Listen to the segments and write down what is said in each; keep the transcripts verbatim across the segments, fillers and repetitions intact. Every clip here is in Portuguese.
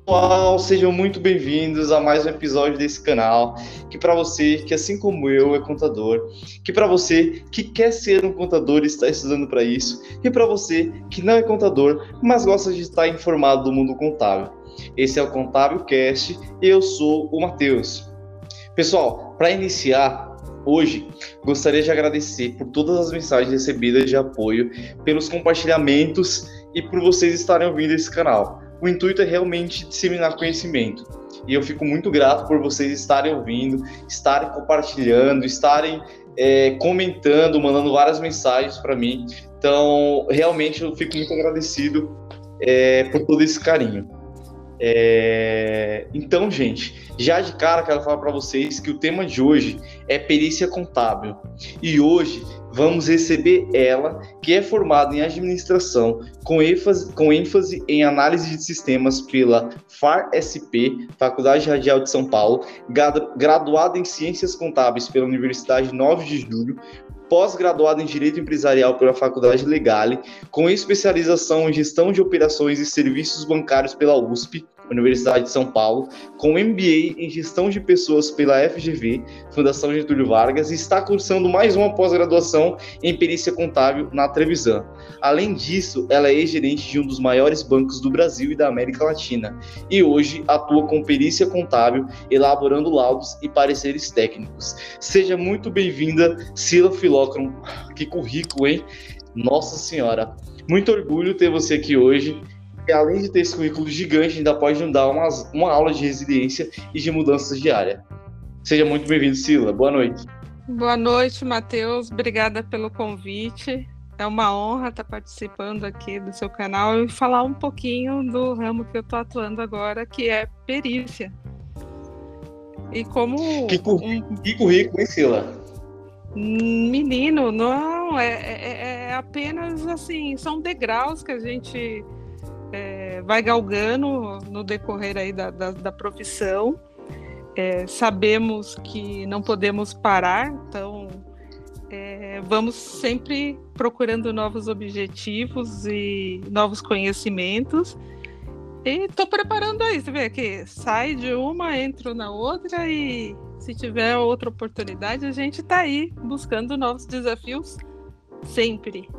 Pessoal, sejam muito bem-vindos a mais um episódio desse canal, que para você que assim como eu é contador, que para você que quer ser um contador e está estudando para isso, e para você que não é contador, mas gosta de estar informado do mundo contábil. Esse é o Contábil Cast e eu sou o Matheus. Pessoal, para iniciar hoje, gostaria de agradecer por todas as mensagens recebidas de apoio, pelos compartilhamentos e por vocês estarem ouvindo esse canal. O intuito é realmente disseminar conhecimento. E eu fico muito grato por vocês estarem ouvindo, estarem compartilhando, estarem é, comentando, mandando várias mensagens para mim. Então, realmente eu fico muito agradecido é, por todo esse carinho. É... Então, gente, já de cara quero falar para vocês que o tema de hoje é perícia contábil. E hoje vamos receber ela, que é formada em administração, com ênfase, com ênfase em análise de sistemas pela F A R S P, Faculdade Radial de São Paulo, graduada em Ciências Contábeis pela Universidade nove de Julho, pós-graduada em Direito Empresarial pela Faculdade Legale, com especialização em Gestão de Operações e Serviços Bancários pela U S P, Universidade de São Paulo, com M B A em Gestão de Pessoas pela F G V, Fundação Getúlio Vargas, e está cursando mais uma pós-graduação em Perícia Contábil na Trevisan. Além disso, ela é ex-gerente de um dos maiores bancos do Brasil e da América Latina, e hoje atua com perícia contábil, elaborando laudos e pareceres técnicos. Seja muito bem-vinda, Cila Filócron. Que currículo, hein? Nossa Senhora! Muito orgulho ter você aqui hoje. E além de ter esse currículo gigante, ainda pode nos dar umas, uma aula de resiliência e de mudanças de área. Seja muito bem-vindo, Cila. Boa noite. Boa noite, Matheus. Obrigada pelo convite. É uma honra estar participando aqui do seu canal e falar um pouquinho do ramo que eu estou atuando agora, que é perícia. E como... Que currículo, um... que currículo, hein, Cila? Menino, não, é, é, é apenas assim, são degraus que a gente... É, vai galgando no decorrer aí da, da, da profissão. É, sabemos que não podemos parar, então é, vamos sempre procurando novos objetivos e novos conhecimentos. E estou preparando aí, você vê que sai de uma, entro na outra, e se tiver outra oportunidade, a gente está aí buscando novos desafios sempre.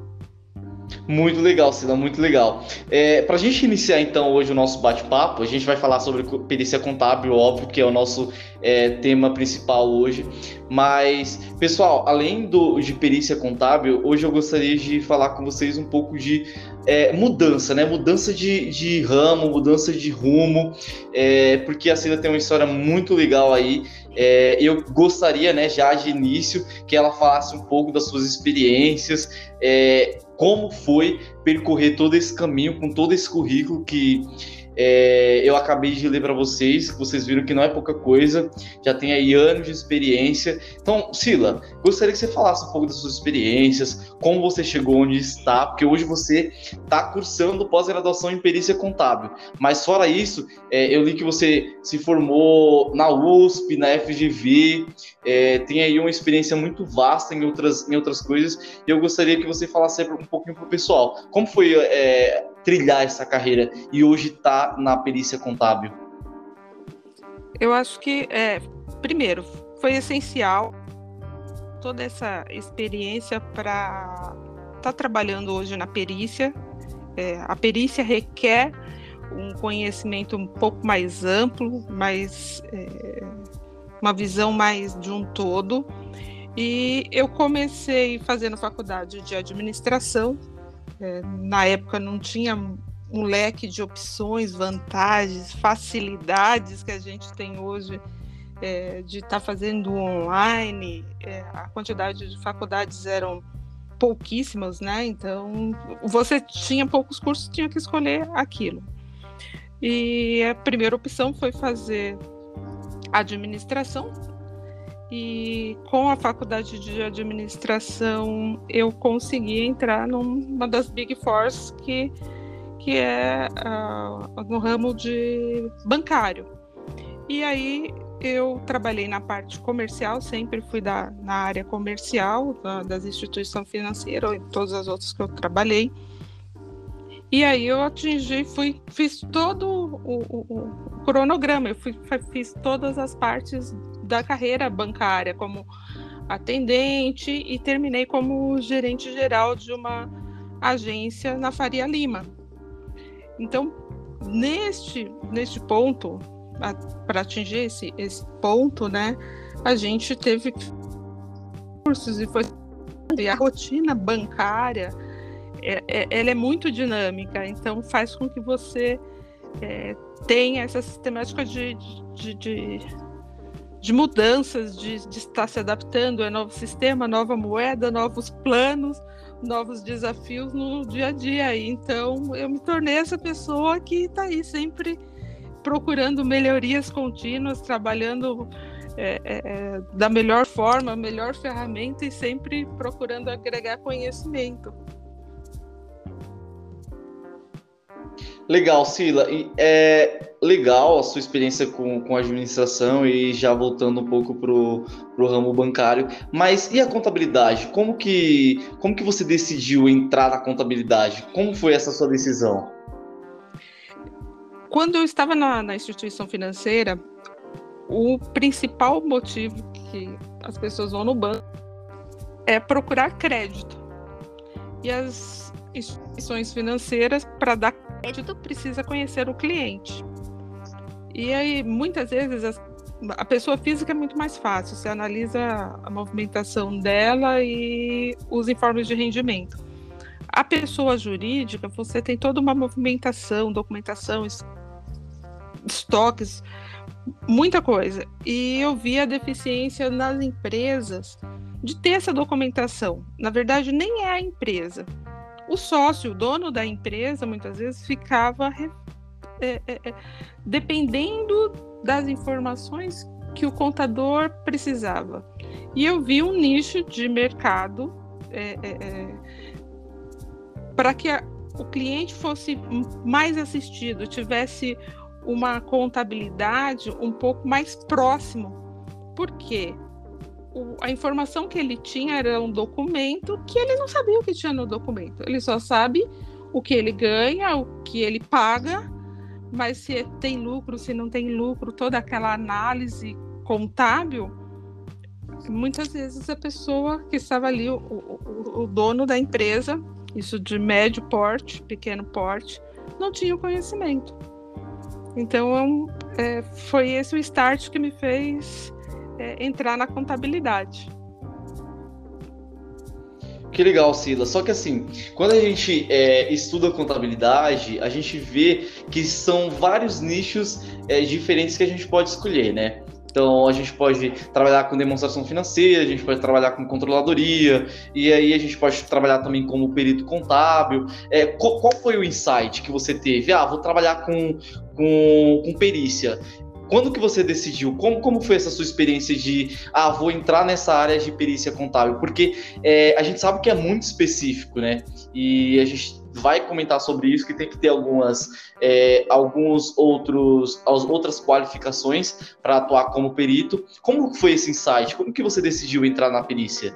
Muito legal, Cila, muito legal. É, para a gente iniciar então hoje o nosso bate-papo, a gente vai falar sobre perícia contábil, óbvio que é o nosso é, tema principal hoje. Mas, pessoal, além do, de perícia contábil, hoje eu gostaria de falar com vocês um pouco de é, mudança, né? Mudança de, de ramo, mudança de rumo, é, porque a Cila tem uma história muito legal aí. É, eu gostaria, né, já de início, que ela falasse um pouco das suas experiências, é, como foi percorrer todo esse caminho com todo esse currículo que é, eu acabei de ler para vocês, que vocês viram que não é pouca coisa, já tem aí anos de experiência. Então, Cila, gostaria que você falasse um pouco das suas experiências, como você chegou onde está, porque hoje você está cursando pós-graduação em perícia contábil, mas fora isso, é, eu li que você se formou na U S P, na F G V, é, tem aí uma experiência muito vasta em outras, em outras coisas, e eu gostaria que você falasse um pouquinho para o pessoal, como foi é, trilhar essa carreira e hoje está na perícia contábil? Eu acho que, é, primeiro, foi essencial toda essa experiência para estar tá trabalhando hoje na perícia. É, a perícia requer um conhecimento um pouco mais amplo, mais, é, uma visão mais de um todo. E eu comecei fazendo faculdade de administração. É, na época não tinha um leque de opções, vantagens, facilidades que a gente tem hoje é, de estar tá fazendo online. É, a quantidade de faculdades eram pouquíssimas, né? Então, você tinha poucos cursos, tinha que escolher aquilo. E a primeira opção foi fazer administração. E com a faculdade de administração, eu consegui entrar numa das Big Fours que que é uh, no ramo de bancário. E aí eu trabalhei na parte comercial, sempre fui da, na área comercial da, das instituições financeiras, ou em todas as outras que eu trabalhei. E aí eu atingi, fui, fiz todo o, o, o cronograma, eu fui, fiz todas as partes da carreira bancária, como atendente, e terminei como gerente geral de uma agência na Faria Lima. Então, neste, neste ponto, para atingir esse, esse ponto, né, a gente teve cursos e foi e a rotina bancária é, é, ela é muito dinâmica, então faz com que você é, tenha essa sistemática de, de, de, de mudanças, de, de estar se adaptando a novo sistema, nova moeda, novos planos, novos desafios no dia a dia. Então eu me tornei essa pessoa que está aí sempre procurando melhorias contínuas, trabalhando é, é, da melhor forma, a melhor ferramenta, e sempre procurando agregar conhecimento. Legal, Cila. E é legal a sua experiência com, com a administração, e já voltando um pouco para o ramo bancário. Mas e a contabilidade? Como que, como que você decidiu entrar na contabilidade? Como foi essa sua decisão? Quando eu estava na, na instituição financeira, o principal motivo que as pessoas vão no banco é procurar crédito. E as instituições financeiras, para dar crédito, precisa conhecer o cliente. E aí, muitas vezes, as, a pessoa física é muito mais fácil. Você analisa a movimentação dela e os informes de rendimento. A pessoa jurídica, você tem toda uma movimentação, documentação, estoques, muita coisa. E eu vi a deficiência nas empresas de ter essa documentação. Na verdade, nem é a empresa. O sócio, o dono da empresa, muitas vezes ficava é, é, é, dependendo das informações que o contador precisava. E eu vi um nicho de mercado é, é, é, para que a, o cliente fosse mais assistido, tivesse uma contabilidade um pouco mais próximo. Por quê? O, a informação que ele tinha era um documento que ele não sabia o que tinha no documento. Ele só sabe o que ele ganha, o que ele paga, mas se tem lucro, se não tem lucro, toda aquela análise contábil, muitas vezes a pessoa que estava ali, o, o, o dono da empresa, isso de médio porte, pequeno porte, não tinha o conhecimento. Então, é, foi esse o start que me fez é, entrar na contabilidade. Que legal, Cila. Só que assim, quando a gente é, estuda contabilidade, a gente vê que são vários nichos é, diferentes que a gente pode escolher, né? Então, a gente pode trabalhar com demonstração financeira, a gente pode trabalhar com controladoria, e aí a gente pode trabalhar também como perito contábil. É, qual, qual foi o insight que você teve? Ah, vou trabalhar com, com, com perícia. Quando que você decidiu? Como, como foi essa sua experiência de, ah, vou entrar nessa área de perícia contábil? Porque é, a gente sabe que é muito específico, né? E a gente vai comentar sobre isso, que tem que ter algumas, é, alguns outros, as outras qualificações para atuar como perito. Como foi esse insight? Como que você decidiu entrar na perícia?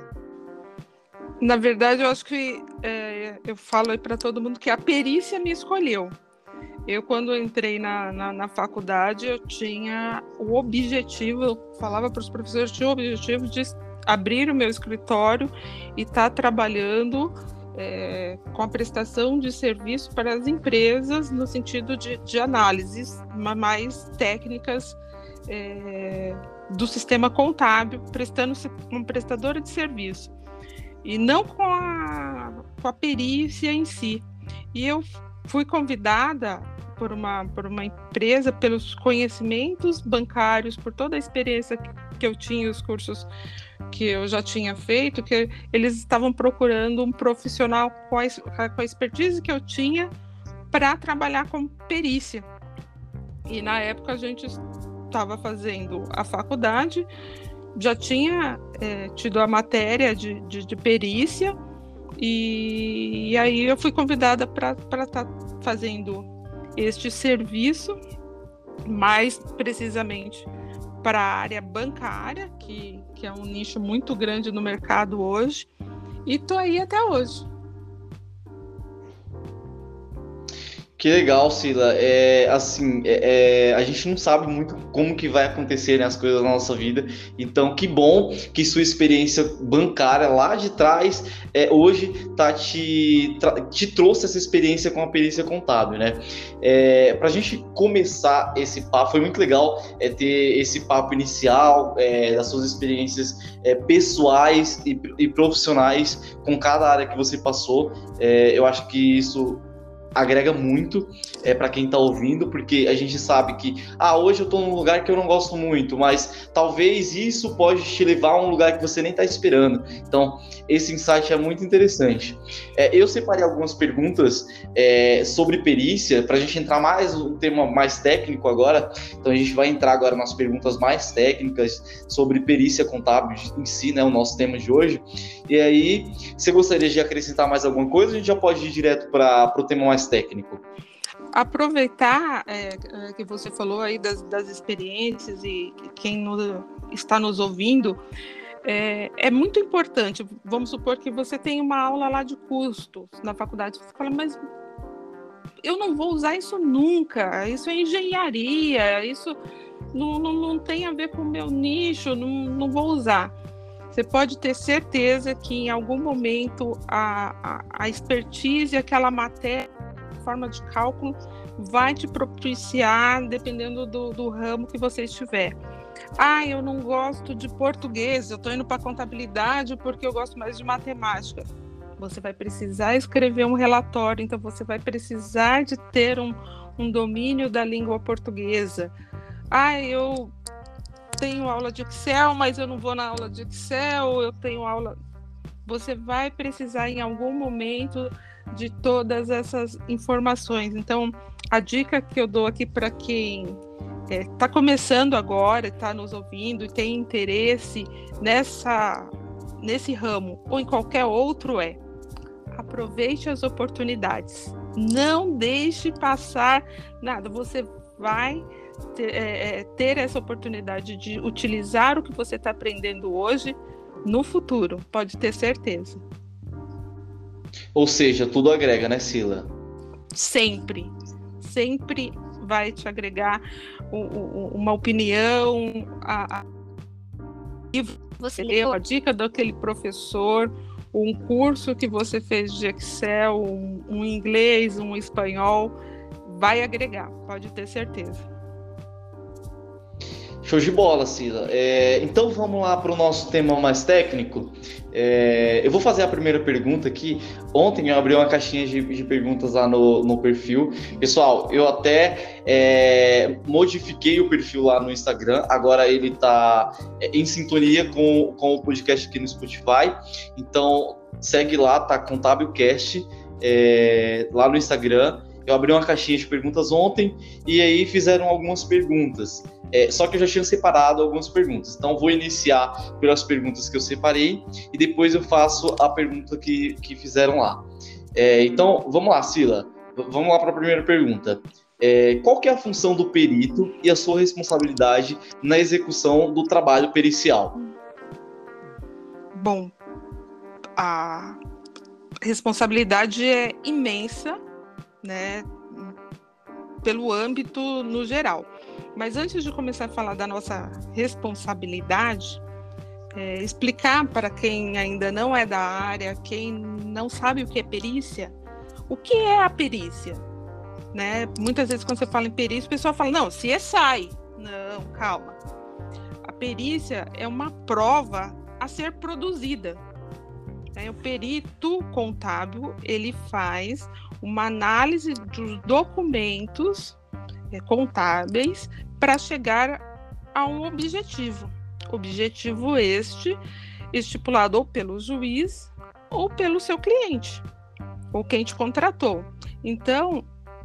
Na verdade, eu acho que é, eu falo aí para todo mundo que a perícia me escolheu. Eu, quando entrei na, na, na faculdade, eu tinha o objetivo, eu falava para os professores, eu tinha o objetivo de abrir o meu escritório e estar tá trabalhando é, com a prestação de serviço para as empresas, no sentido de, de análises mais técnicas é, do sistema contábil, prestando como prestadora de serviço, e não com a, com a perícia em si. E eu fui convidada por uma, por uma empresa, pelos conhecimentos bancários, por toda a experiência que, que eu tinha, os cursos que eu já tinha feito, que eles estavam procurando um profissional com a, com a expertise que eu tinha para trabalhar com perícia. E na época a gente estava fazendo a faculdade, já tinha é, tido a matéria de, de, de perícia, e, e aí eu fui convidada para estar tá fazendo este serviço, mais precisamente para a área bancária, que, que é um nicho muito grande no mercado hoje, e estou aí até hoje. Que legal, Sila. É, assim, é, é, a gente não sabe muito como que vai acontecer, né, as coisas na nossa vida. Então, que bom que sua experiência bancária lá de trás, é, hoje tá te, tra- te trouxe essa experiência com a perícia contábil, né? É, para a gente começar esse papo, foi muito legal é, ter esse papo inicial é, das suas experiências é, pessoais e, e profissionais com cada área que você passou. É, eu acho que isso agrega muito é, para quem está ouvindo, porque a gente sabe que ah, hoje eu estou num lugar que eu não gosto muito, mas talvez isso pode te levar a um lugar que você nem está esperando. Então, esse insight é muito interessante. É, eu separei algumas perguntas é, sobre perícia, para a gente entrar mais um tema mais técnico agora. Então, a gente vai entrar agora nas perguntas mais técnicas sobre perícia contábil em si, né, o nosso tema de hoje. E aí, você gostaria de acrescentar mais alguma coisa? A gente já pode ir direto para o tema mais técnico. Aproveitar é, que você falou aí das, das experiências e quem no, está nos ouvindo, é, é muito importante. Vamos supor que você tem uma aula lá de custos na faculdade, você fala, mas eu não vou usar isso nunca, isso é engenharia, isso não, não, não tem a ver com o meu nicho, não, não vou usar. Você pode ter certeza que em algum momento a, a, a expertise, aquela matéria, forma de cálculo, vai te propiciar, dependendo do, do ramo que você estiver. Ah, eu não gosto de português, eu estou indo para contabilidade porque eu gosto mais de matemática. Você vai precisar escrever um relatório, então você vai precisar de ter um, um domínio da língua portuguesa. Ah, eu tenho aula de Excel, mas eu não vou na aula de Excel, eu tenho aula... Você vai precisar em algum momento de todas essas informações. Então, a dica que eu dou aqui para quem está é, começando agora, está nos ouvindo e tem interesse nessa, nesse ramo ou em qualquer outro é: aproveite as oportunidades. Não deixe passar nada. Você vai ter, é, ter essa oportunidade de utilizar o que você está aprendendo hoje no futuro, pode ter certeza. Ou seja, tudo agrega, né, Sila? Sempre, sempre vai te agregar o, o, uma opinião, a, a... e você leu a dica daquele professor, um curso que você fez de Excel, um, um inglês, um espanhol, vai agregar, pode ter certeza. Show de bola, Sila. É, então vamos lá para o nosso tema mais técnico. É, eu vou fazer a primeira pergunta aqui. Ontem eu abri uma caixinha de, de perguntas lá no, no perfil. Pessoal, eu até é, modifiquei o perfil lá no Instagram. Agora ele está em sintonia com, com o podcast aqui no Spotify. Então segue lá, tá? ContábilCast, é, lá no Instagram. Eu abri uma caixinha de perguntas ontem e aí fizeram algumas perguntas. É, só que eu já tinha separado algumas perguntas. Então, vou iniciar pelas perguntas que eu separei e depois eu faço a pergunta que, que fizeram lá. É, então, vamos lá, Sila. V- vamos lá para a primeira pergunta. É, qual que é a função do perito e a sua responsabilidade na execução do trabalho pericial? Bom, a responsabilidade é imensa, né, pelo âmbito no geral. Mas antes de começar a falar da nossa responsabilidade, é, explicar para quem ainda não é da área, quem não sabe o que é perícia, o que é a perícia? Né? Muitas vezes quando você fala em perícia, o pessoal fala, não, C S I. Não, calma. A perícia é uma prova a ser produzida. Né? O perito contábil, ele faz uma análise dos documentos é, contábeis para chegar a um objetivo. Objetivo este estipulado ou pelo juiz ou pelo seu cliente, ou quem te contratou. Então,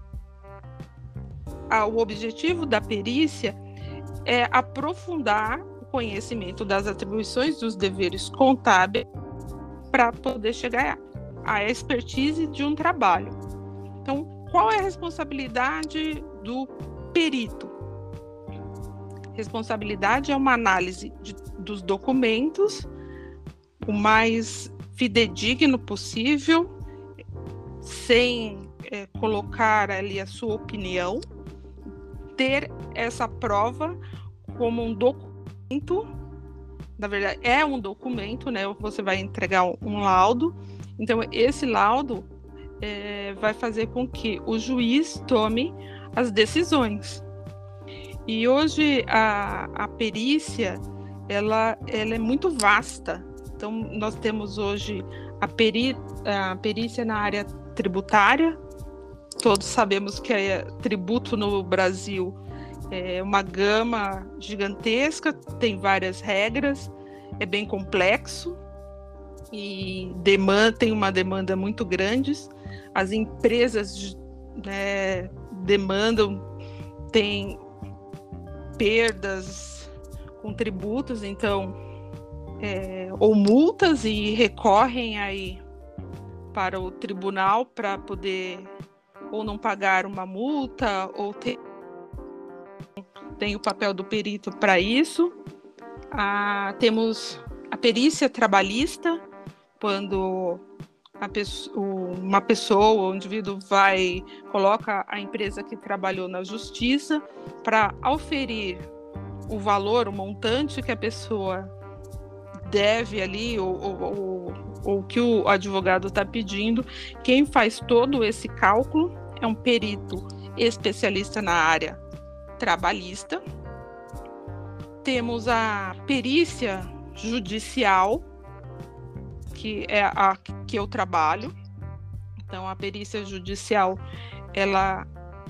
a, o objetivo da perícia é aprofundar o conhecimento das atribuições dos deveres contábeis para poder chegar à expertise de um trabalho. Então, qual é a responsabilidade do perito? Responsabilidade é uma análise de, dos documentos o mais fidedigno possível, sem é, colocar ali a sua opinião, ter essa prova como um documento. Na verdade, é um documento, né? Você vai entregar um, um laudo. Então, esse laudo é, vai fazer com que o juiz tome as decisões. E hoje a, a perícia, ela, ela é muito vasta. Então, nós temos hoje a, peri, a perícia na área tributária. Todos sabemos que é tributo no Brasil é uma gama gigantesca, tem várias regras, é bem complexo e demanda, tem uma demanda muito grande. As empresas, né, demandam, tem perdas com tributos, então, é, ou multas, e recorrem aí para o tribunal para poder ou não pagar uma multa, ou ter tem o papel do perito para isso. Ah, temos a perícia trabalhista, quando a pessoa, uma pessoa, um indivíduo vai, coloca a empresa que trabalhou na justiça para auferir o valor, o montante que a pessoa deve ali, ou, ou, ou o que o advogado está pedindo. Quem faz todo esse cálculo é um perito especialista na área trabalhista. Temos a perícia judicial, que é a que eu trabalho. Então, a perícia judicial, ela,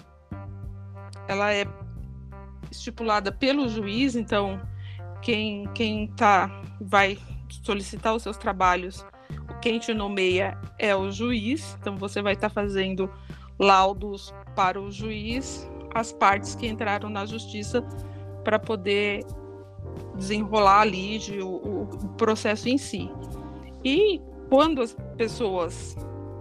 ela é estipulada pelo juiz. Então, quem, quem tá, vai solicitar os seus trabalhos, quem te nomeia é o juiz. Então, você vai estar tá fazendo laudos para o juiz, as partes que entraram na justiça, para poder desenrolar a lide, o, o processo em si. E quando as pessoas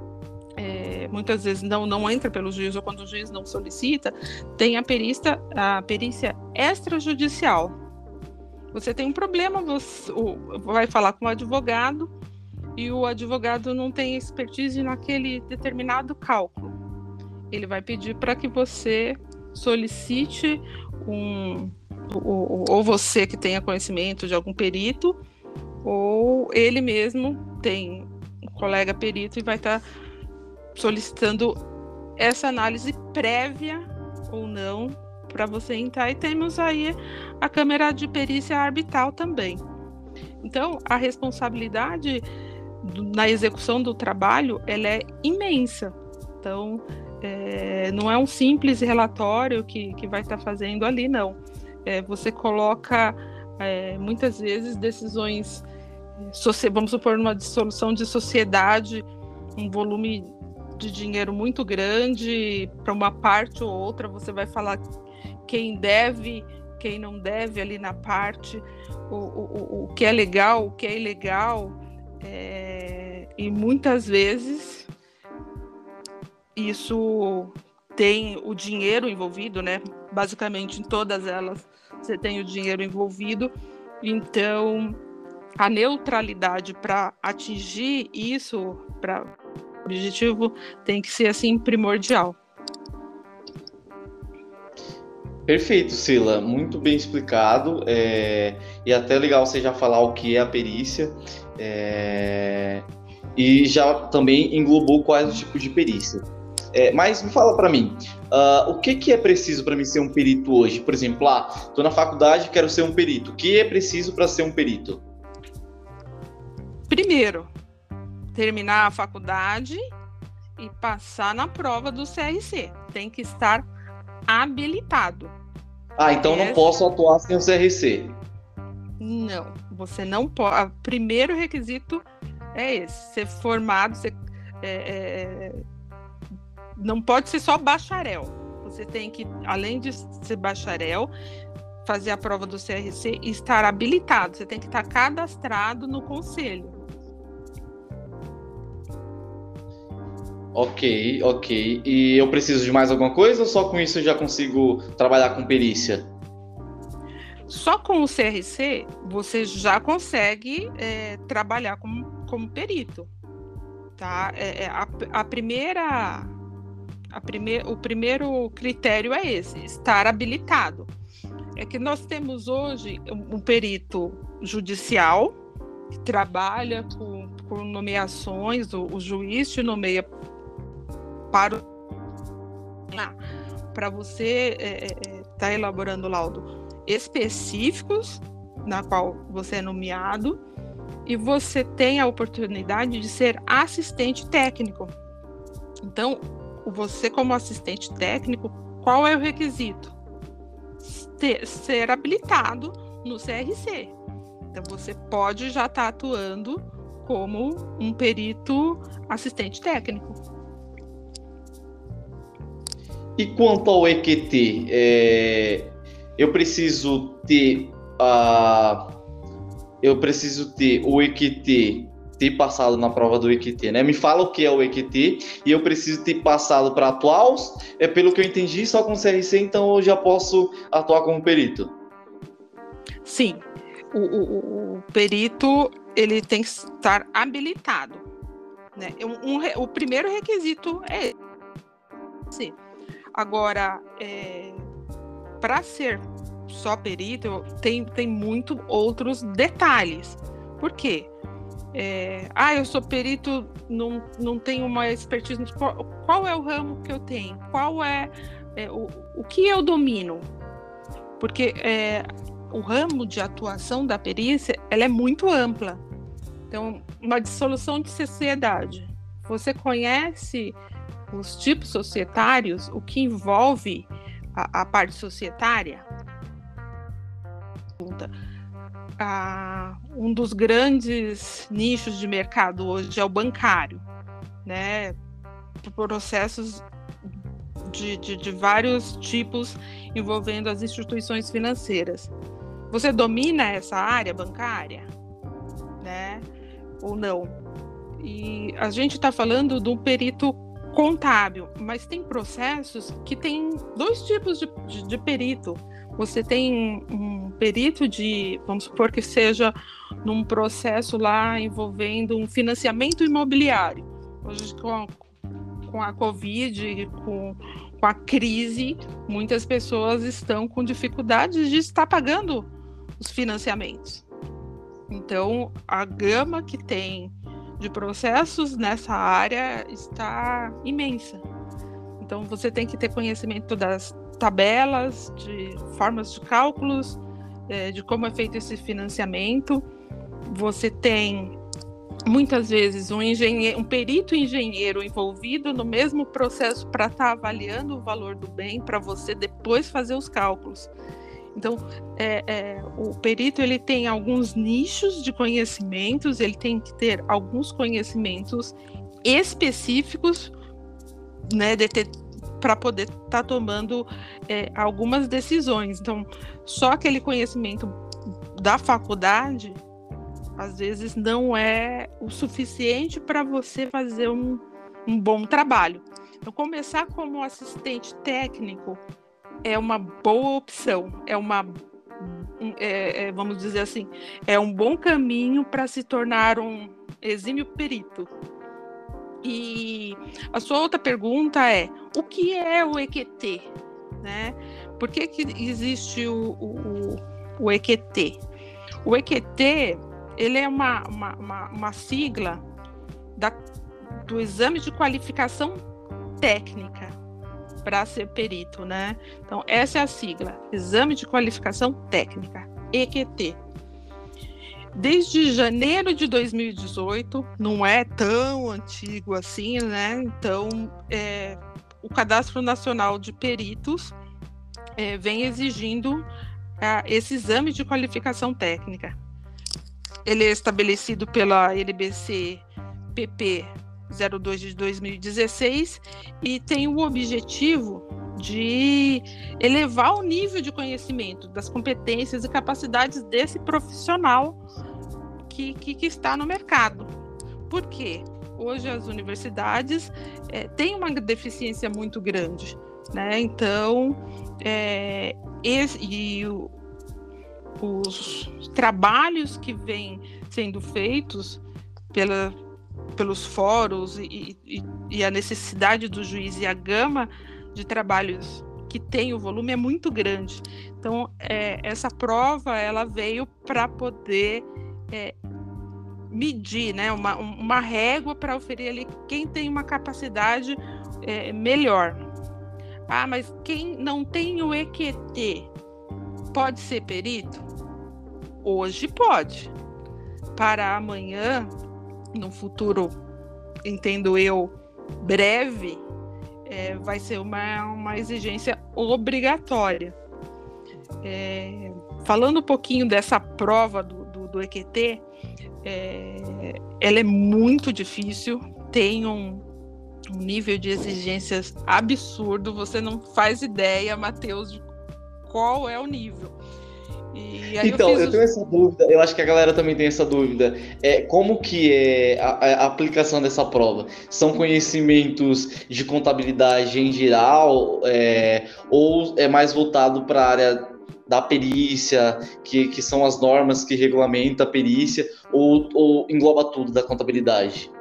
é, muitas vezes não, não entram pelo juiz, ou quando o juiz não solicita, tem a perícia, a perícia extrajudicial. Você tem um problema, você o, vai falar com o advogado, e o advogado não tem expertise naquele determinado cálculo. Ele vai pedir para que você solicite um, ou, ou você que tenha conhecimento de algum perito, ou ele mesmo tem um colega perito e vai estar solicitando essa análise prévia ou não para você entrar. E temos aí a câmara de perícia arbitral também. Então, a responsabilidade do, na execução do trabalho, ela é imensa. Então, É, não é um simples relatório que, que vai estar tá fazendo ali, não. É, você coloca, é, muitas vezes, decisões, vamos supor, numa dissolução de sociedade, um volume de dinheiro muito grande, para uma parte ou outra, você vai falar quem deve, quem não deve ali na parte, o, o, o que é legal, o que é ilegal, é, e muitas vezes isso tem o dinheiro envolvido, né? Basicamente, em todas elas, você tem o dinheiro envolvido. Então, a neutralidade para atingir isso, para o objetivo, tem que ser, assim, primordial. Perfeito, Sila. Muito bem explicado. É... E até legal você já falar o que é a perícia. É... E já também englobou quais os tipos de perícia. É, mas me fala para mim, uh, o que, que é preciso para mim ser um perito hoje? Por exemplo, ah, estou na faculdade e quero ser um perito. O que é preciso para ser um perito? Primeiro, terminar a faculdade e passar na prova do C R C. Tem que estar habilitado. Ah, então Esse... não posso atuar sem o C R C? Não, você não pode. O primeiro requisito é esse: ser formado, ser... É, é... não pode ser só bacharel. Você tem que, além de ser bacharel, fazer a prova do C R C e estar habilitado. Você tem que estar cadastrado no conselho. Ok, ok. E eu preciso de mais alguma coisa ou só com isso eu já consigo trabalhar com perícia? Só com o C R C você já consegue é, trabalhar como, como perito. Tá? É, é, a, a primeira... a prime... o primeiro critério é esse, estar habilitado. É que nós temos hoje um perito judicial que trabalha com, com nomeações, o, o juiz te nomeia para o... para você estar é, é, tá elaborando laudo específicos, na qual você é nomeado, e você tem a oportunidade de ser assistente técnico. Então, você como assistente técnico, qual é o requisito? Ter, ser habilitado no C R C. Então, você pode já estar atuando como um perito assistente técnico. E quanto ao E Q T, é, eu preciso ter a, eu preciso ter o E Q T, ter passado na prova do E Q T, né? Me fala o que é o E Q T e eu preciso ter passado para atuar. É pelo que eu entendi, só com C R C, então eu já posso atuar como perito. Sim, o, o, o perito ele tem que estar habilitado, né? Um, um, o primeiro requisito é esse. Agora, é, para ser só perito, tem, tem muito outros detalhes. Por quê? É, ah, eu sou perito, não, não tenho uma expertise. Qual, qual é o ramo que eu tenho? Qual é, é o, o que eu domino? Porque é, o ramo de atuação da perícia, ela é muito ampla. Então, uma dissolução de sociedade. Você conhece os tipos societários, o que envolve a, a parte societária? Ah, um dos grandes nichos de mercado hoje é o bancário, né? Processos de, de, de vários tipos envolvendo as instituições financeiras. Você domina essa área bancária, né? Ou não? E a gente está falando de um perito contábil, mas tem processos que tem dois tipos de, de, de perito. Você tem um perito de, vamos supor que seja num processo lá envolvendo um financiamento imobiliário. Hoje, com a, com a Covid, com, com a crise, muitas pessoas estão com dificuldades de estar pagando os financiamentos. Então, a gama que tem de processos nessa área está imensa. Então, você tem que ter conhecimento das tabelas, de formas de cálculos, é, de como é feito esse financiamento. Você tem, muitas vezes, um, engenheiro, um perito engenheiro envolvido no mesmo processo para estar avaliando o valor do bem, para você depois fazer os cálculos. Então, é, é, o perito ele tem alguns nichos de conhecimentos, ele tem que ter alguns conhecimentos específicos, né, para poder estar tá tomando é, algumas decisões. Então, só aquele conhecimento da faculdade, às vezes, não é o suficiente para você fazer um, um bom trabalho. Então, começar como assistente técnico é uma boa opção, é uma, é, é, vamos dizer assim, é um bom caminho para se tornar um exímio perito. E a sua outra pergunta é, o que é o E Q T? Né? Por que que existe o, o, o E Q T? O E Q T, ele é uma, uma, uma, uma sigla da, do Exame de Qualificação Técnica para ser perito, né? Então, essa é a sigla, Exame de Qualificação Técnica, E Q T. Desde janeiro de dois mil e dezoito, não é tão antigo assim, né? Então, é, o Cadastro Nacional de Peritos é, vem exigindo é, esse exame de qualificação técnica. Ele é estabelecido pela N B C P P zero dois de dois mil e dezesseis e tem o objetivo de elevar o nível de conhecimento das competências e capacidades desse profissional que, que, que está no mercado. Por quê? Hoje as universidades é, têm uma deficiência muito grande, né? Então, é, esse, e o, os trabalhos que vêm sendo feitos pela pelos fóruns e, e, e a necessidade do juiz e a gama de trabalhos que tem o volume é muito grande. Então, é, essa prova ela veio para poder é, medir, né, uma, uma régua para oferir ali quem tem uma capacidade é, melhor. Ah, mas quem não tem o E Q T pode ser perito? Hoje pode. Para amanhã, no futuro, entendo eu, breve, é, vai ser uma, uma exigência obrigatória. É, falando um pouquinho dessa prova do, do, do E Q T, é, ela é muito difícil, tem um, um nível de exigências absurdo, você não faz ideia, Matheus, de qual é o nível. E aí então, eu, eu os... tenho essa dúvida, eu acho que a galera também tem essa dúvida. É, como que é a, a aplicação dessa prova? São conhecimentos de contabilidade em geral, é, ou é mais voltado para a área da perícia, que, que são as normas que regulamentam a perícia, ou, ou engloba tudo da contabilidade?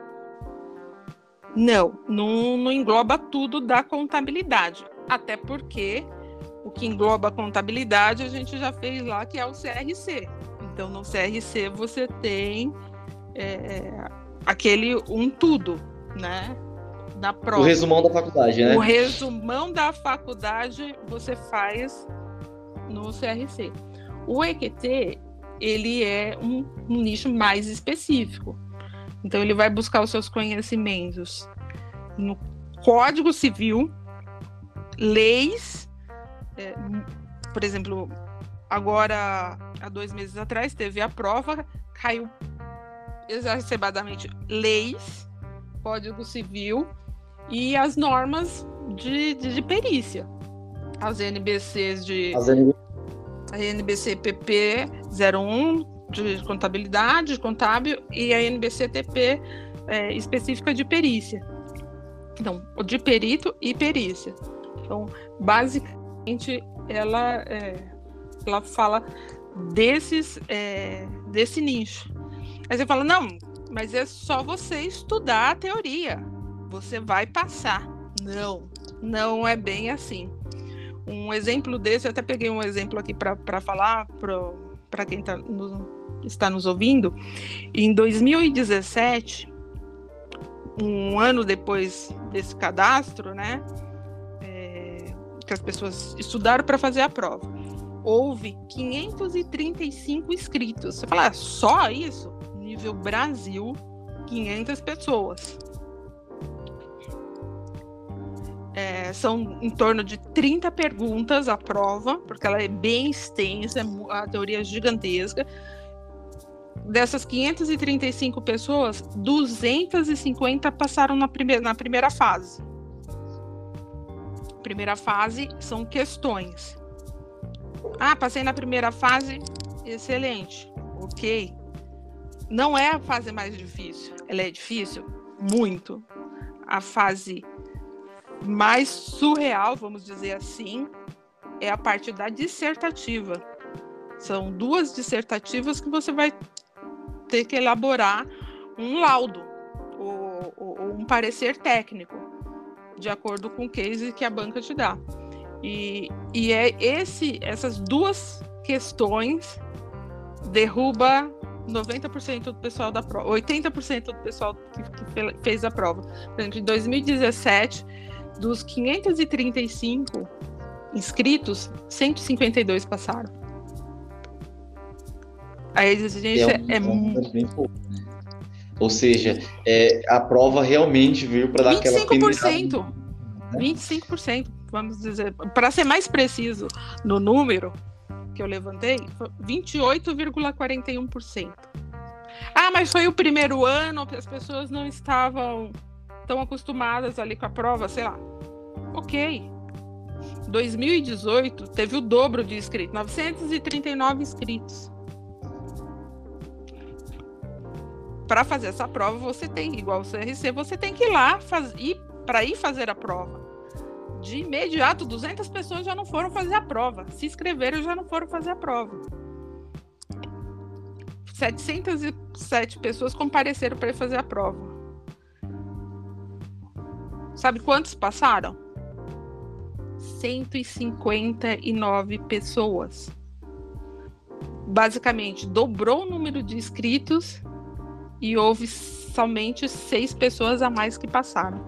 Não, não, não engloba tudo da contabilidade, até porque o que engloba a contabilidade a gente já fez lá, que é o C R C. Então, no C R C você tem é, aquele um tudo, né? Da prova. O resumão da faculdade, né? O resumão da faculdade você faz no C R C. O E Q T, ele é um, um nicho mais específico. Então, ele vai buscar os seus conhecimentos no Código Civil, leis. É, por exemplo, agora, há dois meses atrás, teve a prova, caiu exacerbadamente leis, Código Civil e as normas de, de, de perícia. As N B Cs de... As N B C. A N B C P P zero um, de contabilidade, contábil, e a N B C T P é, específica de perícia. Então, de perito e perícia. Então, basicamente, ela, é, ela fala desses, é, desse nicho. Aí você fala, não, mas é só você estudar a teoria. Você vai passar. Não, não é bem assim. Um exemplo desse, eu até peguei um exemplo aqui para falar para quem tá no, está nos ouvindo. Em dois mil e dezessete, um ano depois desse cadastro, né, é, que as pessoas estudaram para fazer a prova, houve quinhentos e trinta e cinco inscritos. Você fala, ah, só isso? Nível Brasil, quinhentas pessoas. É, são em torno de trinta perguntas a prova, porque ela é bem extensa, a teoria é gigantesca. Dessas quinhentas e trinta e cinco pessoas, duzentas e cinquenta passaram na primeira, na primeira fase. Primeira fase são questões. Ah, passei na primeira fase, excelente, ok. Não é a fase mais difícil, ela é difícil? Muito. A fase mais surreal, vamos dizer assim, é a parte da dissertativa. São duas dissertativas que você vai ter que elaborar um laudo ou, ou, ou um parecer técnico, de acordo com o case que a banca te dá. E, e é esse, essas duas questões derruba noventa por cento do pessoal da prova, oitenta por cento do pessoal que, que fez a prova. Por exemplo, em dois mil e dezessete, dos quinhentos e trinta e cinco inscritos, cento e cinquenta e dois passaram. A exigência é, um, é muito... Bem pouco, né? Ou seja, é, a prova realmente veio para dar aquela... vinte e cinco por cento. Né? vinte e cinco por cento, vamos dizer. Para ser mais preciso no número que eu levantei, vinte e oito vírgula quarenta e um por cento. Ah, mas foi o primeiro ano que as pessoas não estavam tão acostumadas ali com a prova, sei lá. Ok. dois mil e dezoito teve o dobro de inscritos, novecentos e trinta e nove inscritos. Para fazer essa prova, você tem, igual o C R C, você tem que ir lá faz, ir, para ir fazer a prova. De imediato, duzentas pessoas já não foram fazer a prova. Se inscreveram, já não foram fazer a prova. setecentas e sete pessoas compareceram para ir fazer a prova. Sabe quantos passaram? cento e cinquenta e nove pessoas. Basicamente, dobrou o número de inscritos e houve somente seis pessoas a mais que passaram.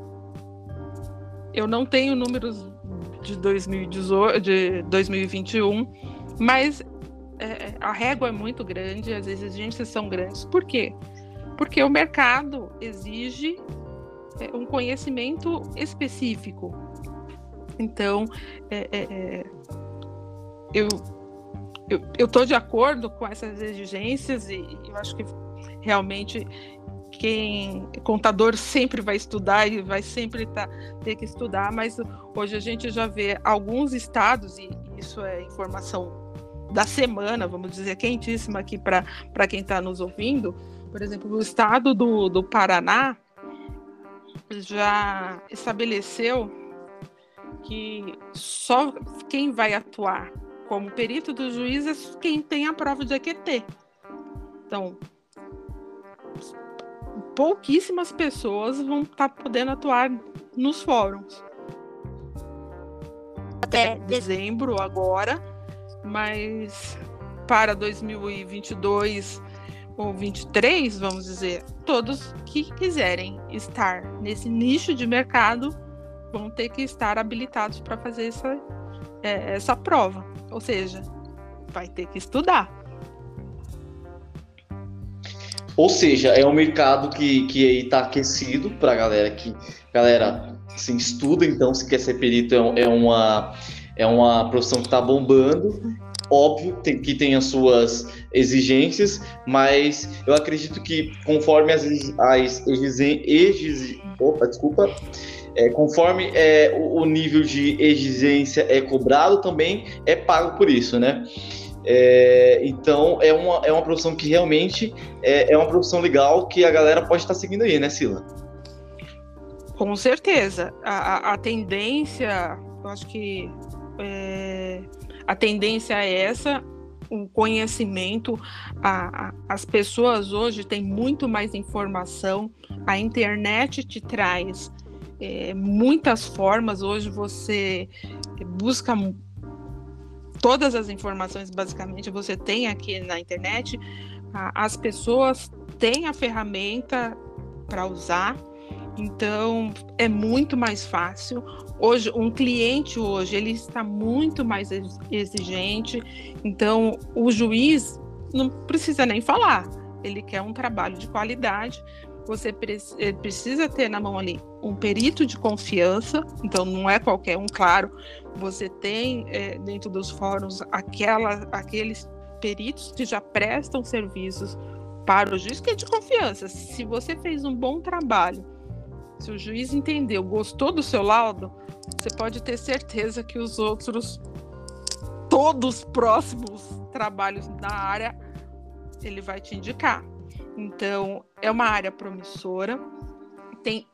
Eu não tenho números de dois mil e dezoito, de dois mil e vinte e um, mas é, a régua é muito grande, as exigências são grandes. Por quê? Porque o mercado exige é, um conhecimento específico. Então, é, é, é, eu eu estou de acordo com essas exigências e eu acho que realmente quem contador sempre vai estudar e vai sempre tá, ter que estudar, mas hoje a gente já vê alguns estados, e isso é informação da semana, vamos dizer, quentíssima aqui para quem está nos ouvindo. Por exemplo, o estado do, do Paraná já estabeleceu que só quem vai atuar como perito do juiz é quem tem a prova de A Q T. Então, pouquíssimas pessoas vão estar podendo atuar nos fóruns. Até dezembro agora, mas para dois mil e vinte e dois ou vinte e três, vamos dizer, todos que quiserem estar nesse nicho de mercado vão ter que estar habilitados para fazer essa, é, essa prova. Ou seja, vai ter que estudar. Ou seja, é um mercado que, que aí está aquecido para a galera que galera assim, estuda, então se quer ser perito é, é, uma, é uma profissão que está bombando. Óbvio tem, que tem as suas exigências, mas eu acredito que conforme as, as exigências. Opa, desculpa. É, conforme é, o, o nível de exigência é cobrado, também é pago por isso, né? É, então é uma, é uma profissão que realmente é, é uma profissão legal que a galera pode estar seguindo aí, né, Sila? Com certeza. A, a, a tendência, eu acho que é, a tendência é essa, o conhecimento. A, a, as pessoas hoje têm muito mais informação, a internet te traz é, muitas formas. Hoje você busca todas as informações, basicamente, você tem aqui na internet. As pessoas têm a ferramenta para usar, então é muito mais fácil. Hoje, um cliente hoje, ele está muito mais exigente, então o juiz não precisa nem falar, ele quer um trabalho de qualidade. Você precisa ter na mão ali um perito de confiança, então não é qualquer um, claro. Você tem é, dentro dos fóruns aquela, aqueles peritos que já prestam serviços para o juiz, que é de confiança. Se você fez um bom trabalho, se o juiz entendeu, gostou do seu laudo, você pode ter certeza que os outros, todos os próximos trabalhos na área, ele vai te indicar. Então, é uma área promissora, tem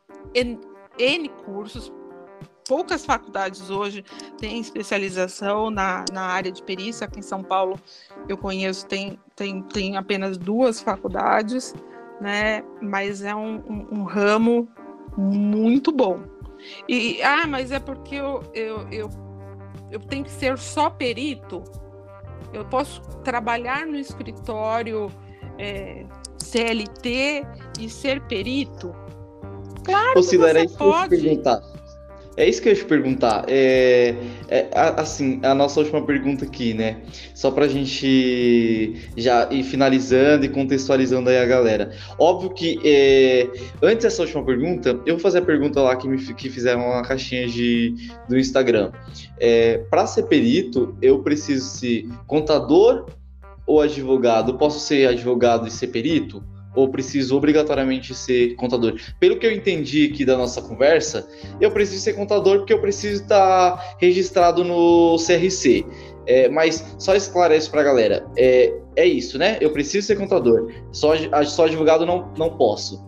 N cursos, poucas faculdades hoje têm especialização na, na área de perícia. Aqui em São Paulo, eu conheço, tem, tem, tem apenas duas faculdades, né? Mas é um, um, um ramo muito bom. E, ah, mas é porque eu, eu, eu, eu tenho que ser só perito? Eu posso trabalhar no escritório é, C L T e ser perito? Claro. Ô, que você isso pode. Que eu te perguntar. É isso que eu ia te perguntar. É, é, assim, a nossa última pergunta aqui, né? Só pra gente já ir finalizando e contextualizando aí a galera. Óbvio que, é, antes dessa última pergunta, eu vou fazer a pergunta lá que, me, que fizeram na caixinha de, do Instagram. É, pra ser perito, eu preciso ser contador ou advogado? Posso ser advogado e ser perito? Ou preciso obrigatoriamente ser contador? Pelo que eu entendi aqui da nossa conversa, eu preciso ser contador porque eu preciso estar registrado no C R C. É, mas só esclarece para a galera, é, é isso, né? Eu preciso ser contador, só, só advogado não, não posso.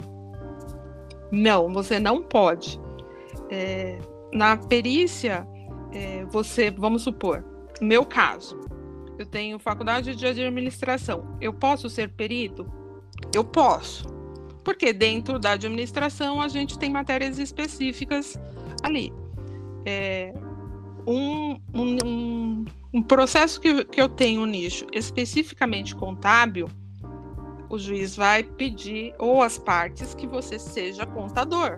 Não, você não pode. É, na perícia, é, você, vamos supor, no meu caso, eu tenho faculdade de administração, eu posso ser perito? Eu posso, Porque dentro da administração a gente tem matérias específicas ali. É, um, um, um, um processo que, que eu tenho um nicho especificamente contábil, o juiz vai pedir, ou as partes, que você seja contador.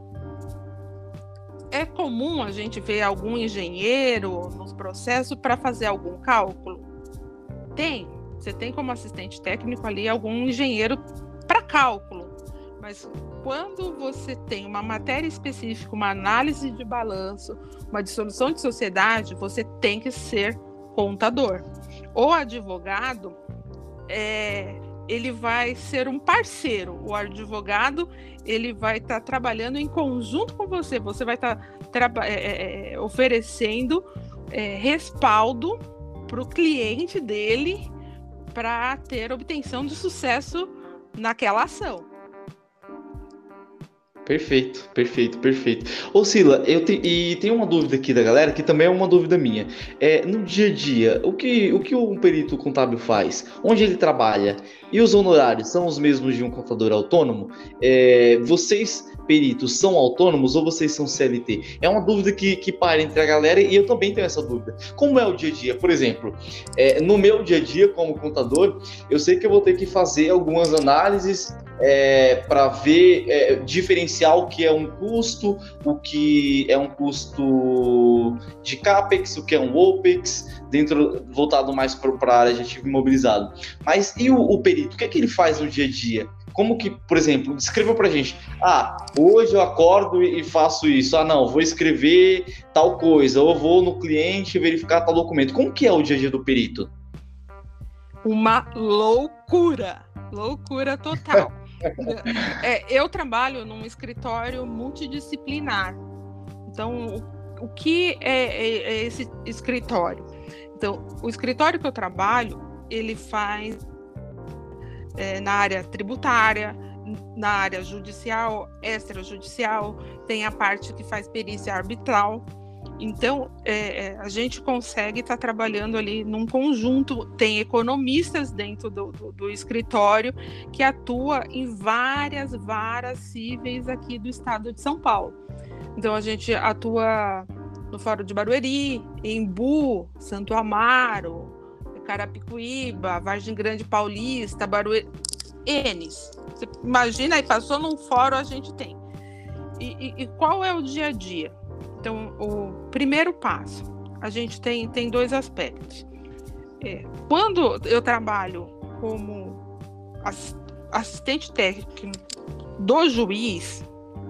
É comum a gente ver algum engenheiro nos processos para fazer algum cálculo? Tem. Você tem como assistente técnico ali algum engenheiro para cálculo. Mas quando você tem uma matéria específica, uma análise de balanço, uma dissolução de sociedade, você tem que ser contador. O advogado, é, ele vai ser um parceiro. O advogado, ele vai estar tá trabalhando em conjunto com você. Você vai estar tá é, é, oferecendo é, respaldo para o cliente dele para ter obtenção de sucesso naquela ação. Perfeito, perfeito, perfeito. Ô Sila, eu te, e tem uma dúvida aqui da galera, que também é uma dúvida minha. É, no dia a dia, o que, o que um perito contábil faz? Onde ele trabalha? E os honorários são os mesmos de um contador autônomo? É, vocês, peritos, são autônomos ou vocês são C L T? É uma dúvida que, que para entre a galera e eu também tenho essa dúvida. Como é o dia a dia? Por exemplo, é, no meu dia a dia como contador, eu sei que eu vou ter que fazer algumas análises É, para ver, é, diferenciar o que é um custo, o que é um custo de CAPEX, o que é um OPEX, dentro, voltado mais para a área de ativo imobilizado. Mas e o, o perito? O que é que ele faz no dia a dia? Como que, por exemplo, descreva para a gente, ah, hoje eu acordo e faço isso, ah não, vou escrever tal coisa, ou vou no cliente verificar tal documento. Como que é o dia a dia do perito? Uma loucura, loucura total. É, eu trabalho num escritório multidisciplinar. Então, o, o que é, é, é esse escritório? Então, o escritório que eu trabalho, ele faz é, na área tributária, na área judicial, extrajudicial, tem a parte que faz perícia arbitral. Então, é, a gente consegue estar tá trabalhando ali num conjunto, tem economistas dentro do, do, do escritório que atua em várias varas cíveis aqui do estado de São Paulo. Então, a gente atua no Fórum de Barueri, Embu, Santo Amaro, Carapicuíba, Vargem Grande Paulista, Barueri, Enes. Você imagina, aí passou num fórum, a gente tem. E, e, e qual é o dia a dia? Então, o primeiro passo, a gente tem, tem dois aspectos. É, quando eu trabalho como assistente técnico do juiz,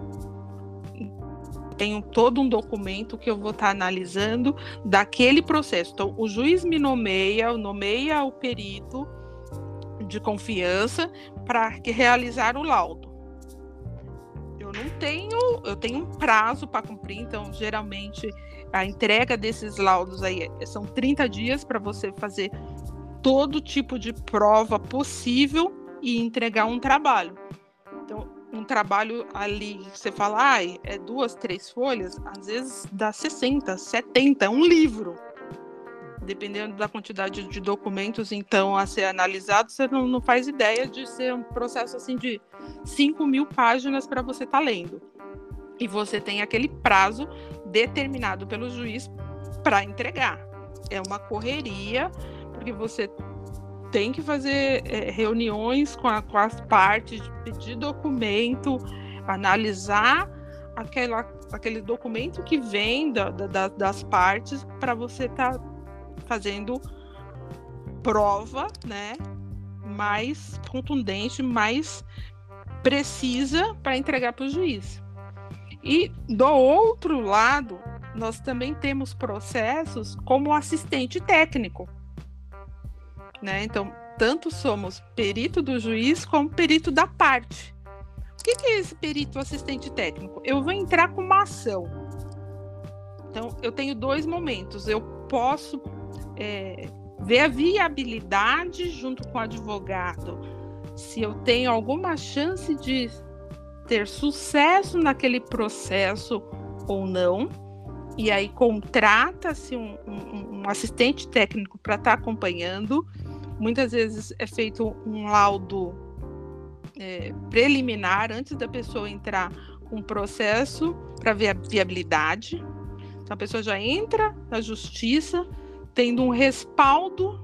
tenho todo um documento que eu vou estar analisando daquele processo. Então, o juiz me nomeia, nomeia o perito de confiança para realizar o laudo. Eu não tenho, eu tenho um prazo para cumprir, então geralmente a entrega desses laudos aí são trinta dias para você fazer todo tipo de prova possível e entregar um trabalho. Então, um trabalho ali, você fala, ah, é duas, três folhas, às vezes dá sessenta, setenta, um livro. Dependendo da quantidade de documentos, então, a ser analisado, você não, não faz ideia de ser um processo assim de cinco mil páginas para você estar tá lendo. E você tem aquele prazo determinado pelo juiz para entregar. É uma correria, porque você tem que fazer é, reuniões com, a, com as partes, pedir documento, analisar aquela, aquele documento que vem da, da, das partes para você estar tá fazendo prova, né, mais contundente, mais precisa para entregar para o juiz. E do outro lado, nós também temos processos como assistente técnico, né? Então, tanto somos perito do juiz como perito da parte. O que, que é esse perito assistente técnico? Eu vou entrar com uma ação. Então, eu tenho dois momentos. Eu posso É, ver a viabilidade junto com o advogado, se eu tenho alguma chance de ter sucesso naquele processo ou não, e aí contrata-se um, um, um assistente técnico para estar tá acompanhando. Muitas vezes é feito um laudo é, preliminar, antes da pessoa entrar com um processo para ver a viabilidade. Então a pessoa já entra na justiça tendo um respaldo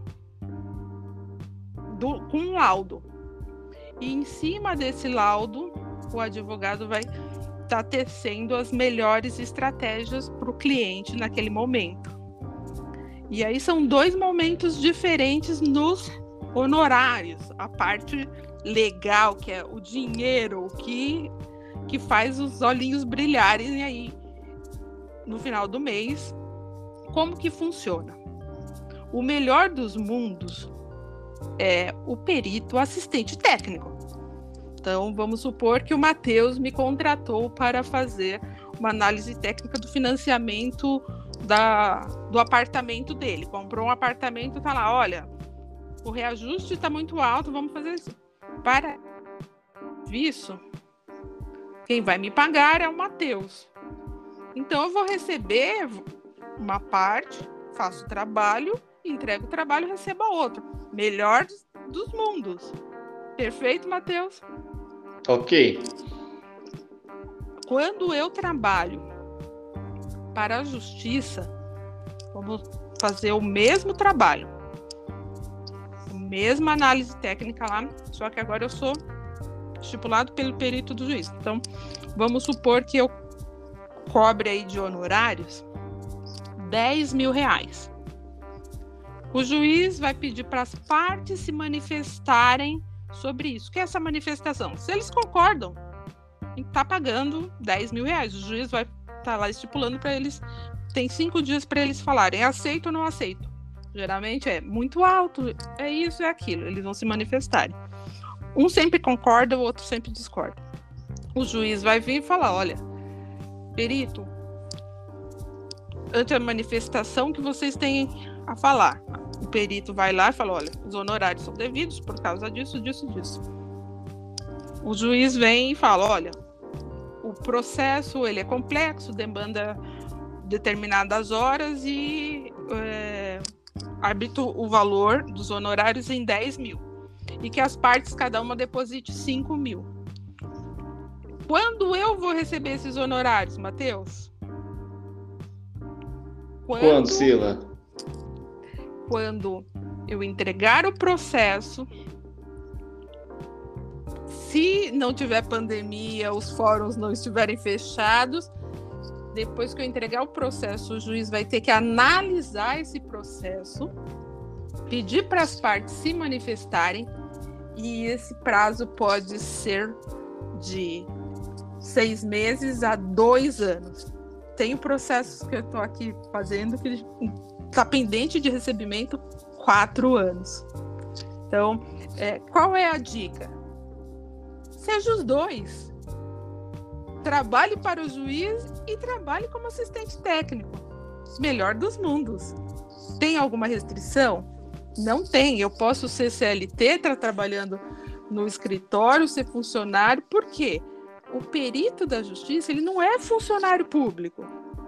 do, com um laudo. E em cima desse laudo, o advogado vai estar tá tecendo as melhores estratégias para o cliente naquele momento. E aí são dois momentos diferentes nos honorários. A parte legal, que é o dinheiro, o que, que faz os olhinhos brilharem aí no final do mês. Como que funciona? O melhor dos mundos é o perito o assistente técnico. Então, vamos supor que o Matheus me contratou para fazer uma análise técnica do financiamento da, do apartamento dele. Comprou um apartamento e tá lá, olha, o reajuste está muito alto, vamos fazer isso. Para isso, quem vai me pagar é o Matheus. Então, eu vou receber uma parte, faço o trabalho, entrego o trabalho e recebo a outra. Melhor dos mundos. Perfeito, Matheus? Ok. Quando eu trabalho para a justiça, vamos fazer o mesmo trabalho, a mesma análise técnica lá, só que agora eu sou estipulado pelo perito do juiz. Então, vamos supor que eu cobre aí de honorários dez mil reais. O juiz vai pedir para as partes se manifestarem sobre isso. O que é essa manifestação? Se eles concordam em estar tá pagando dez mil reais, o juiz vai estar tá lá estipulando para eles, tem cinco dias para eles falarem, aceito ou não aceito. Geralmente é muito alto, é isso, é aquilo. Eles vão se manifestarem. Um sempre concorda, o outro sempre discorda. O juiz vai vir e falar, olha, perito, ante a manifestação que vocês têm a falar, o perito vai lá e fala, olha, os honorários são devidos por causa disso, disso, disso. O juiz vem e fala, olha, o processo ele é complexo, demanda determinadas horas e é, arbitra o valor dos honorários em dez mil. E que as partes, cada uma, deposite cinco mil. Quando eu vou receber esses honorários, Matheus? Quando, Quando Sila? Quando eu entregar o processo, se não tiver pandemia, os fóruns não estiverem fechados, depois que eu entregar o processo, o juiz vai ter que analisar esse processo, pedir para as partes se manifestarem, e esse prazo pode ser de seis meses a dois anos. Tem processos que eu estou aqui fazendo que está pendente de recebimento quatro anos. Então, é, qual é a dica? Seja os dois. Trabalhe para o juiz e trabalhe como assistente técnico. Melhor dos mundos. Tem alguma restrição? Não tem. Eu posso ser C L T, estar trabalhando no escritório, ser funcionário. Por quê? O perito da justiça, ele não é funcionário público.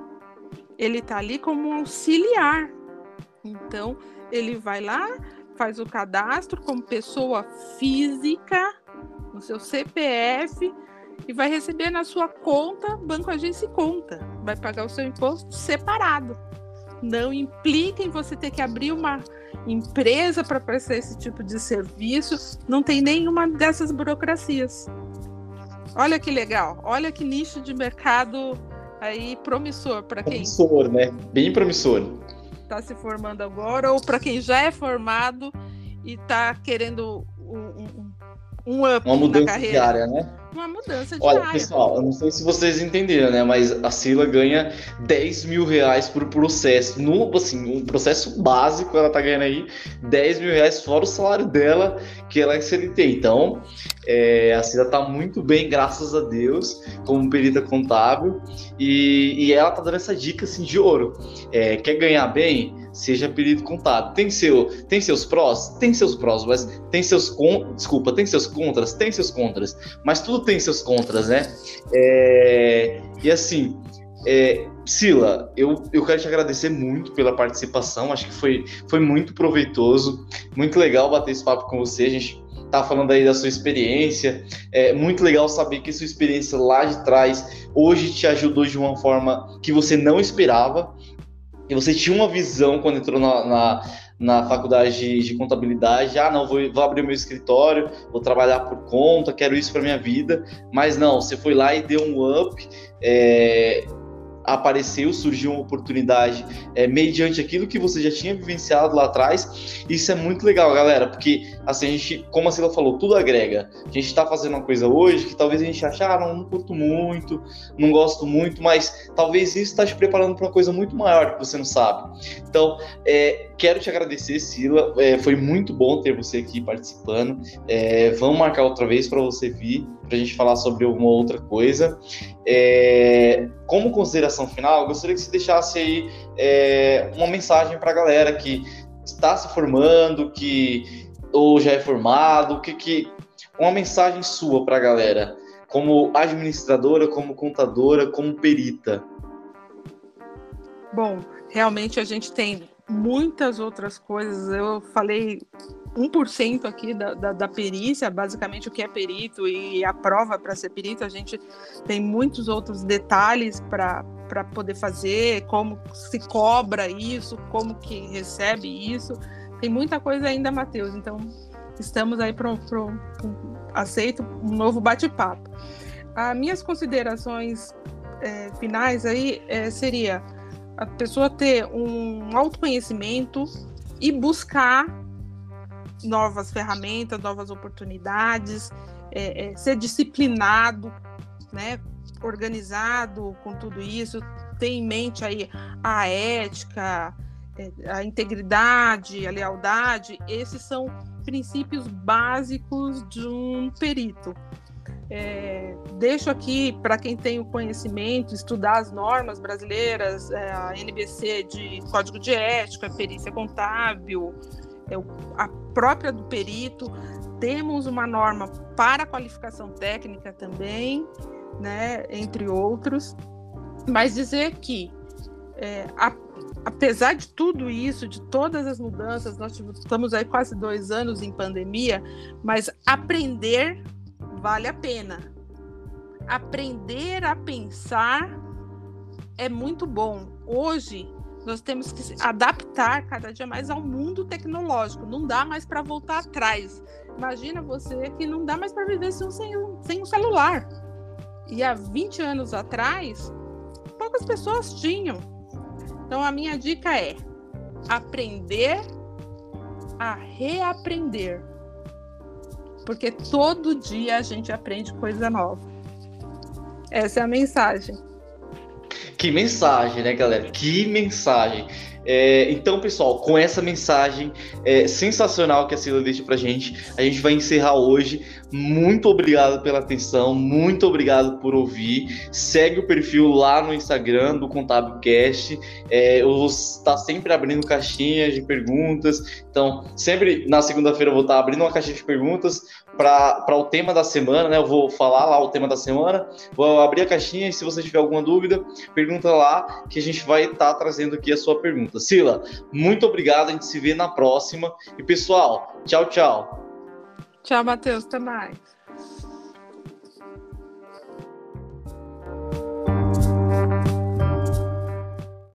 Ele está ali como um auxiliar. Então, ele vai lá, faz o cadastro como pessoa física, no seu C P F, e vai receber na sua conta, Banco Agência e Conta. Vai pagar o seu imposto separado. Não implica em você ter que abrir uma empresa para prestar esse tipo de serviço. Não tem nenhuma dessas burocracias. Olha que legal, olha que nicho de mercado aí promissor para quem... Promissor, né? Bem promissor. Está se formando agora, ou para quem já é formado e está querendo um, um, um up Uma mudança na carreira. diária, né? Uma mudança Olha, diária. pessoal, eu não sei se vocês entenderam, né? Mas a Sila ganha dez mil reais por processo. No, assim, um processo básico, ela tá ganhando aí dez mil reais fora o salário dela, que ela é C L T. Então, é, a Sila tá muito bem, graças a Deus, como perita contábil. E, e ela tá dando essa dica, assim, de ouro. É, quer ganhar bem? Seja perito contábil. Tem, seu, tem seus prós? Tem seus prós, mas tem seus con... Desculpa, tem seus contras? Tem seus contras. Mas tudo tem seus contras, né? É... E assim, é... Sila, eu, eu quero te agradecer muito pela participação. Acho que foi, foi muito proveitoso, muito legal bater esse papo com você. A gente tá falando aí da sua experiência. É muito legal saber que sua experiência lá de trás hoje te ajudou de uma forma que você não esperava. E você tinha uma visão quando entrou na, na, na faculdade de, de contabilidade, ah, não, vou, vou abrir o meu escritório, vou trabalhar por conta, quero isso para minha vida, mas não, você foi lá e deu um up, é, apareceu, surgiu uma oportunidade é, mediante aquilo que você já tinha vivenciado lá atrás. Isso é muito legal, galera, porque assim, a gente, como a Sila falou, tudo agrega. A gente está fazendo uma coisa hoje que talvez a gente ache, ah, não, não curto muito, não gosto muito, mas talvez isso está te preparando para uma coisa muito maior que você não sabe. Então, é, quero te agradecer, Sila, é, foi muito bom ter você aqui participando. É, vamos marcar outra vez para você vir, para a gente falar sobre alguma outra coisa. É, como consideração final, eu gostaria que você deixasse aí é, uma mensagem para a galera que está se formando, que ou já é formado, que, que uma mensagem sua para a galera, como administradora, como contadora, como perita. Bom, realmente a gente tem muitas outras coisas. Eu falei um por cento aqui da, da, da perícia, basicamente o que é perito e a prova para ser perito. A gente tem muitos outros detalhes para para poder fazer, como se cobra isso, como que recebe isso. Tem muita coisa ainda, Matheus. Então, estamos aí para aceito um novo bate-papo. As minhas considerações é, finais aí é, seria a pessoa ter um autoconhecimento e buscar novas ferramentas, novas oportunidades, é, é, ser disciplinado, né, organizado com tudo isso, ter em mente aí a ética, a integridade, a lealdade. Esses são princípios básicos de um perito. É, deixo aqui para quem tem o conhecimento, estudar as normas brasileiras, é, a N B C de Código de Ética, a perícia contábil, é, a própria do perito. Temos uma norma para a qualificação técnica também, né, entre outros, mas dizer que é, a, apesar de tudo isso, de todas as mudanças, nós estamos aí quase dois anos em pandemia, mas aprender vale a pena. Aprender a pensar é muito bom. Hoje, nós temos que se adaptar cada dia mais ao mundo tecnológico. Não dá mais para voltar atrás. Imagina você que não dá mais para viver sem um, sem um celular. E há vinte anos atrás, poucas pessoas tinham. Então, a minha dica é aprender a reaprender. Porque todo dia a gente aprende coisa nova. Essa é a mensagem. Que mensagem, né, galera? Que mensagem. É, então, pessoal, com essa mensagem é, sensacional que a Sila deixa pra gente, a gente vai encerrar hoje. Muito obrigado pela atenção, muito obrigado por ouvir. Segue o perfil lá no Instagram do ContábilCast. É, eu vou estar sempre abrindo caixinhas de perguntas. Então, sempre na segunda-feira eu vou estar abrindo uma caixinha de perguntas para o tema da semana, né? Eu vou falar lá o tema da semana, vou abrir a caixinha e se você tiver alguma dúvida, pergunta lá que a gente vai estar trazendo aqui a sua pergunta. Sila, muito obrigado, a gente se vê na próxima. E pessoal, tchau, tchau. Tchau, Matheus, até mais.